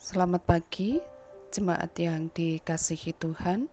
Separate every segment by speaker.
Speaker 1: Selamat pagi, jemaat yang dikasihi Tuhan.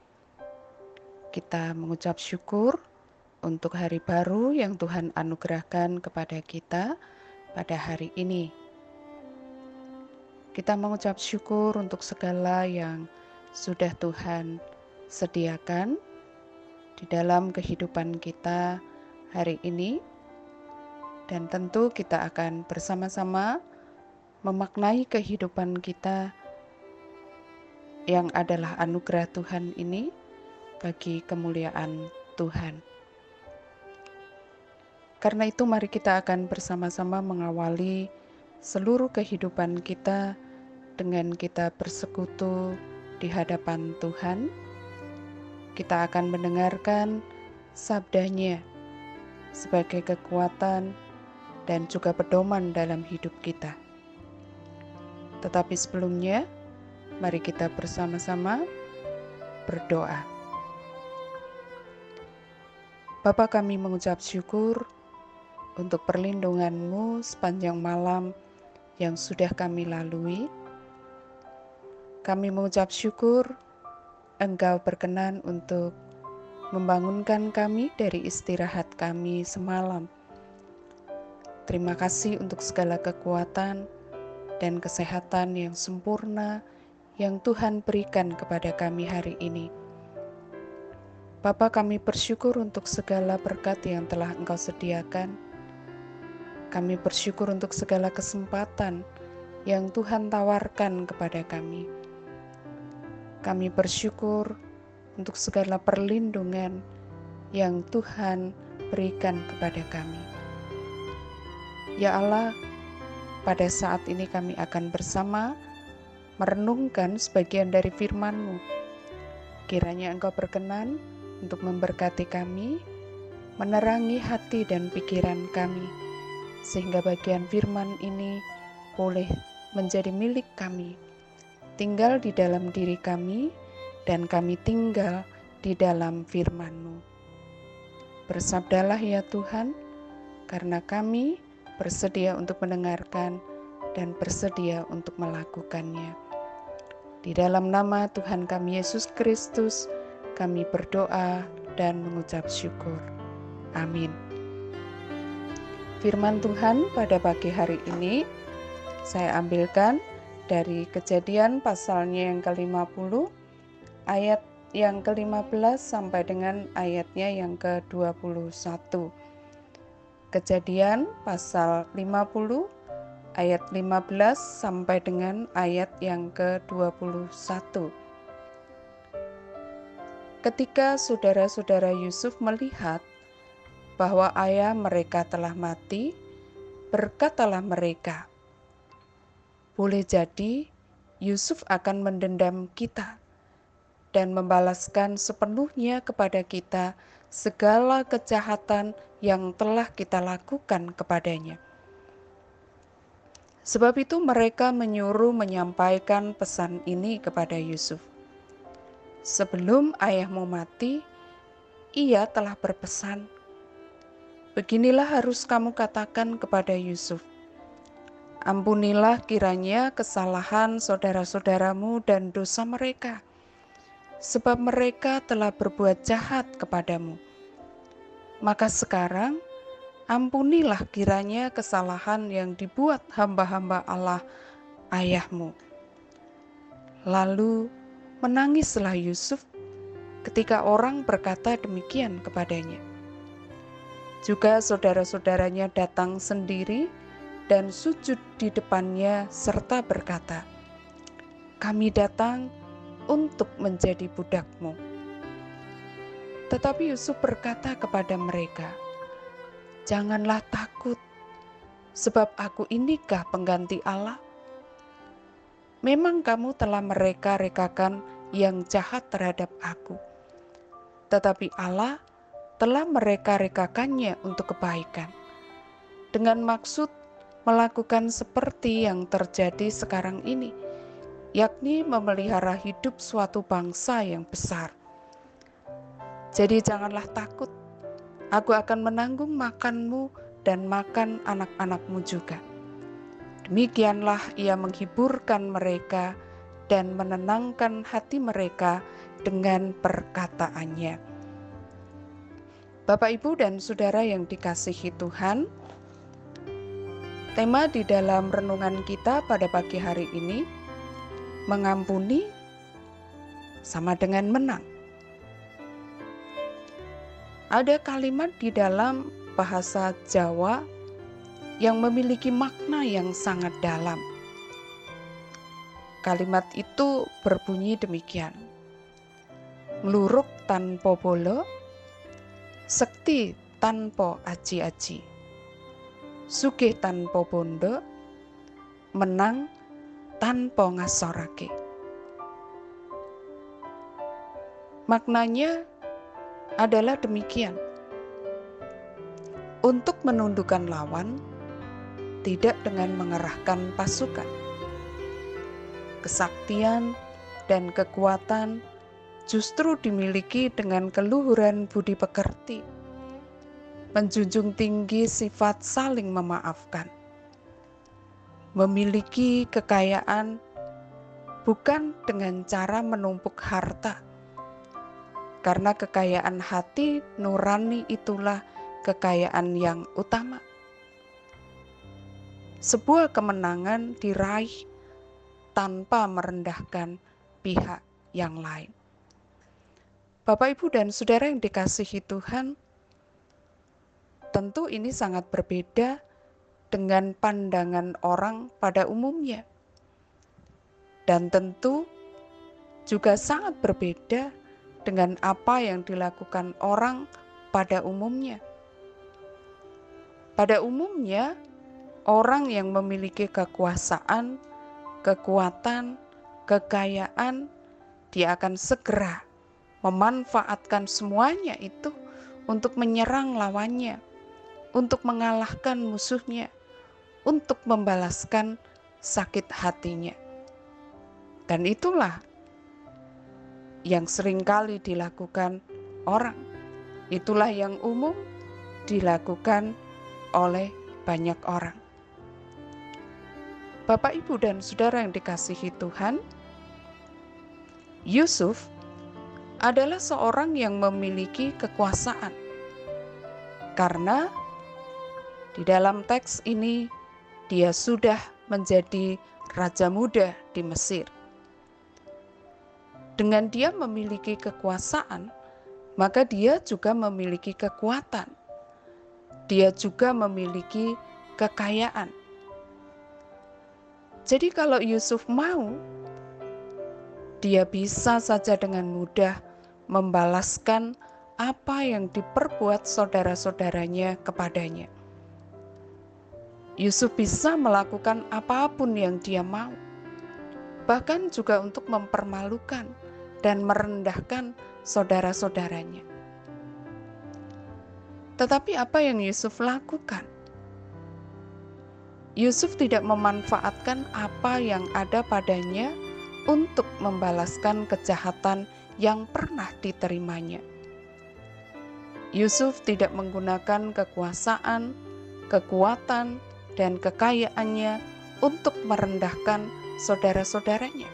Speaker 1: Kita mengucap syukur untuk hari baru yang Tuhan anugerahkan kepada kita pada hari ini. Kita mengucap syukur untuk segala yang sudah Tuhan sediakan di dalam kehidupan kita hari ini. Dan tentu kita akan bersama-sama memaknai kehidupan kita yang adalah anugerah Tuhan ini bagi kemuliaan Tuhan. Karena itu mari kita akan bersama-sama mengawali seluruh kehidupan kita dengan kita bersekutu di hadapan Tuhan. Kita akan mendengarkan sabdanya sebagai kekuatan dan juga pedoman dalam hidup kita. Tetapi sebelumnya, mari kita bersama-sama berdoa. Bapa, kami mengucap syukur untuk perlindungan-Mu sepanjang malam yang sudah kami lalui. Kami mengucap syukur Engkau berkenan untuk membangunkan kami dari istirahat kami semalam. Terima kasih untuk segala kekuatan dan kesehatan yang sempurna yang Tuhan berikan kepada kami hari ini. Bapa, kami bersyukur untuk segala berkat yang telah Engkau sediakan. Kami bersyukur untuk segala kesempatan yang Tuhan tawarkan kepada kami. Kami bersyukur untuk segala perlindungan yang Tuhan berikan kepada kami. Ya Allah, pada saat ini kami akan bersama merenungkan sebagian dari firman-Mu. Kiranya Engkau berkenan untuk memberkati kami, menerangi hati dan pikiran kami, sehingga bagian firman ini boleh menjadi milik kami, tinggal di dalam diri kami, dan kami tinggal di dalam firman-Mu. Bersabdalah ya Tuhan, karena kami bersedia untuk mendengarkan dan bersedia untuk melakukannya. Di dalam nama Tuhan kami Yesus Kristus, kami berdoa dan mengucap syukur. Amin. Firman Tuhan pada pagi hari ini saya ambilkan dari Kejadian pasalnya yang ke-50, ayat yang ke-15 sampai dengan ayatnya yang ke-21. Kejadian pasal 50 ayat 15 sampai dengan ayat yang ke-21. Ketika saudara-saudara Yusuf melihat bahwa ayah mereka telah mati, berkatalah mereka, "Boleh jadi Yusuf akan mendendam kita dan membalaskan sepenuhnya kepada kita segala kejahatan yang telah kita lakukan kepadanya." Sebab itu mereka menyuruh menyampaikan pesan ini kepada Yusuf. "Sebelum ayahmu mati, ia telah berpesan, beginilah harus kamu katakan kepada Yusuf, ampunilah kiranya kesalahan saudara-saudaramu dan dosa mereka, sebab mereka telah berbuat jahat kepadamu. Maka sekarang ampunilah kiranya kesalahan yang dibuat hamba-hamba Allah ayahmu." Lalu menangislah Yusuf ketika orang berkata demikian kepadanya. Juga saudara-saudaranya datang sendiri dan sujud di depannya serta berkata, "Kami datang untuk menjadi budakmu." Tetapi Yusuf berkata kepada mereka, "Janganlah takut, sebab aku inikah pengganti Allah? Memang kamu telah mereka-rekakan yang jahat terhadap aku, tetapi Allah telah mereka-rekakannya untuk kebaikan, dengan maksud melakukan seperti yang terjadi sekarang ini, yakni memelihara hidup suatu bangsa yang besar. Jadi janganlah takut, aku akan menanggung makanmu dan makan anak-anakmu juga. Demikianlah ia menghiburkan mereka dan menenangkan hati mereka dengan perkataannya. Bapak, Ibu, dan Saudara yang dikasihi Tuhan, tema di dalam renungan kita pada pagi hari ini, mengampuni sama dengan menang. Ada kalimat di dalam bahasa Jawa yang memiliki makna yang sangat dalam. Kalimat itu berbunyi demikian: ngluruk tanpa bolo, sekti tanpa aji-aji, sugih tanpa bondo, menang tanpa ngasorake. Maknanya adalah demikian: untuk menundukkan lawan tidak dengan mengerahkan pasukan. Kesaktian dan kekuatan justru dimiliki dengan keluhuran budi pekerti, menjunjung tinggi sifat saling memaafkan, memiliki kekayaan bukan dengan cara menumpuk harta, karena kekayaan hati nurani itulah kekayaan yang utama. Sebuah kemenangan diraih tanpa merendahkan pihak yang lain. Bapak, Ibu, dan Saudara yang dikasihi Tuhan, tentu ini sangat berbeda dengan pandangan orang pada umumnya. Dan tentu juga sangat berbeda dengan apa yang dilakukan orang pada umumnya. Pada umumnya, orang yang memiliki kekuasaan, kekuatan, kekayaan, dia akan segera memanfaatkan semuanya itu untuk menyerang lawannya, untuk mengalahkan musuhnya, untuk membalaskan sakit hatinya. Dan itulah yang seringkali dilakukan orang. Itulah yang umum dilakukan oleh banyak orang. Bapak, Ibu, dan Saudara yang dikasihi Tuhan, Yusuf adalah seorang yang memiliki kekuasaan. Karena di dalam teks ini dia sudah menjadi raja muda di Mesir. Dengan dia memiliki kekuasaan, maka dia juga memiliki kekuatan. Dia juga memiliki kekayaan. Jadi kalau Yusuf mau, dia bisa saja dengan mudah membalaskan apa yang diperbuat saudara-saudaranya kepadanya. Yusuf bisa melakukan apapun yang dia mau, bahkan juga untuk mempermalukan dan merendahkan saudara-saudaranya. Tetapi apa yang Yusuf lakukan? Yusuf tidak memanfaatkan apa yang ada padanya untuk membalaskan kejahatan yang pernah diterimanya. Yusuf tidak menggunakan kekuasaan, kekuatan, dan kekayaannya untuk merendahkan saudara-saudaranya.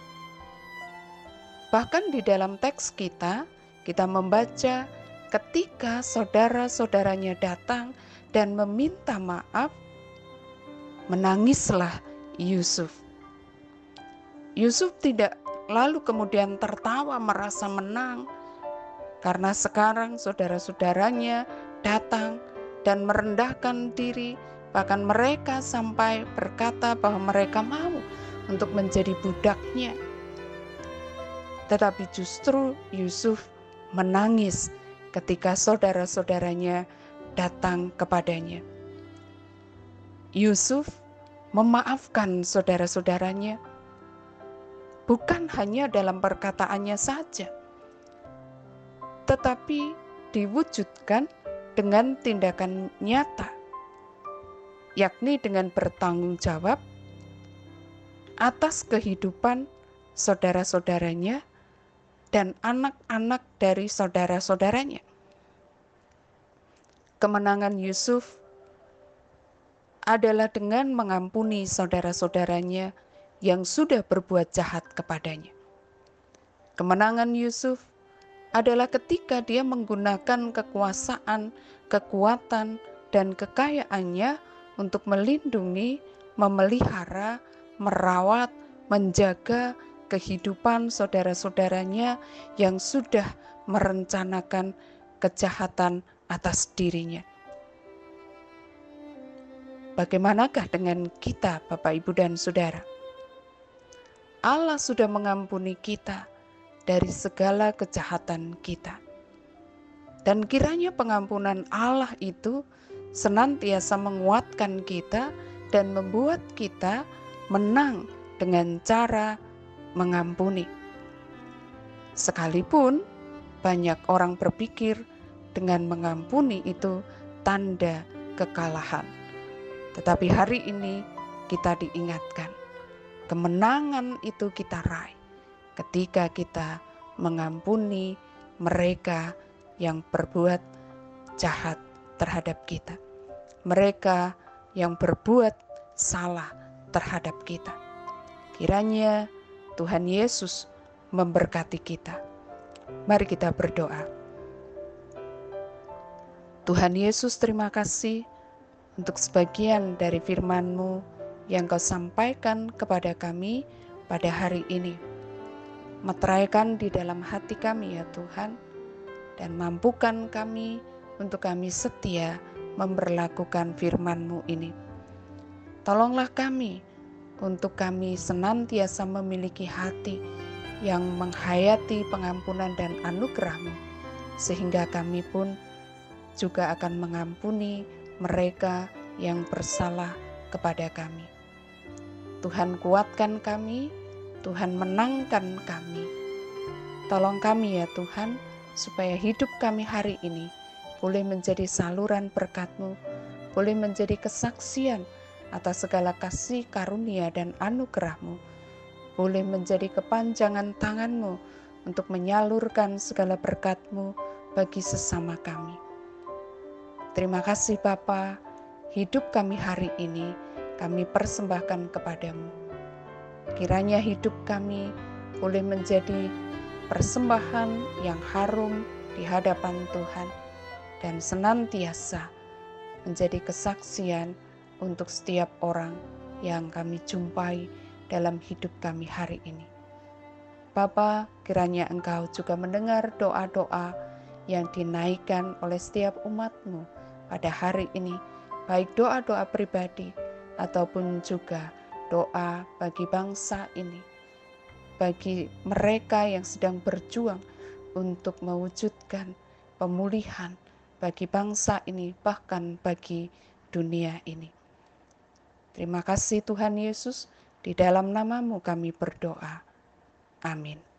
Speaker 1: Bahkan di dalam teks kita membaca ketika saudara-saudaranya datang dan meminta maaf, menangislah Yusuf. Yusuf tidak lalu kemudian tertawa merasa menang, karena sekarang saudara-saudaranya datang dan merendahkan diri, bahkan mereka sampai berkata bahwa mereka mau untuk menjadi budaknya. Tetapi justru Yusuf menangis ketika saudara-saudaranya datang kepadanya. Yusuf memaafkan saudara-saudaranya, bukan hanya dalam perkataannya saja, tetapi diwujudkan dengan tindakan nyata, yakni dengan bertanggung jawab atas kehidupan saudara-saudaranya dan anak-anak dari saudara-saudaranya. Kemenangan Yusuf adalah dengan mengampuni saudara-saudaranya yang sudah berbuat jahat kepadanya. Kemenangan Yusuf adalah ketika dia menggunakan kekuasaan, kekuatan, dan kekayaannya untuk melindungi, memelihara, merawat, menjaga kehidupan saudara-saudaranya yang sudah merencanakan kejahatan atas dirinya. Bagaimanakah dengan kita, Bapak, Ibu, dan Saudara? Allah sudah mengampuni kita dari segala kejahatan kita. Dan kiranya pengampunan Allah itu senantiasa menguatkan kita dan membuat kita menang dengan cara mengampuni. Sekalipun banyak orang berpikir dengan mengampuni itu tanda kekalahan. Tetapi hari ini kita diingatkan, kemenangan itu kita raih ketika kita mengampuni mereka yang berbuat jahat terhadap kita, mereka yang berbuat salah terhadap kita. Kiranya Tuhan Yesus memberkati kita. Mari kita berdoa. Tuhan Yesus, terima kasih untuk sebagian dari firman-Mu yang Kau sampaikan kepada kami pada hari ini. Meteraikan di dalam hati kami ya Tuhan, dan mampukan kami untuk kami setia memberlakukan firman-Mu ini. Tolonglah kami untuk kami senantiasa memiliki hati yang menghayati pengampunan dan anugerah-Mu, sehingga kami pun juga akan mengampuni mereka yang bersalah kepada kami. Tuhan kuatkan kami, Tuhan menangkan kami. Tolong kami ya Tuhan, supaya hidup kami hari ini boleh menjadi saluran berkat-Mu, boleh menjadi kesaksian atas segala kasih karunia dan anugerah-Mu, boleh menjadi kepanjangan tangan-Mu untuk menyalurkan segala berkat-Mu bagi sesama kami. Terima kasih Bapa, hidup kami hari ini kami persembahkan kepadamu. Kiranya hidup kami boleh menjadi persembahan yang harum di hadapan Tuhan dan senantiasa menjadi kesaksian untuk setiap orang yang kami jumpai dalam hidup kami hari ini. Bapa, kiranya Engkau juga mendengar doa-doa yang dinaikkan oleh setiap umat-Mu pada hari ini, baik doa-doa pribadi ataupun juga doa bagi bangsa ini, bagi mereka yang sedang berjuang untuk mewujudkan pemulihan bagi bangsa ini, bahkan bagi dunia ini. Terima kasih Tuhan Yesus, di dalam nama-Mu kami berdoa. Amin.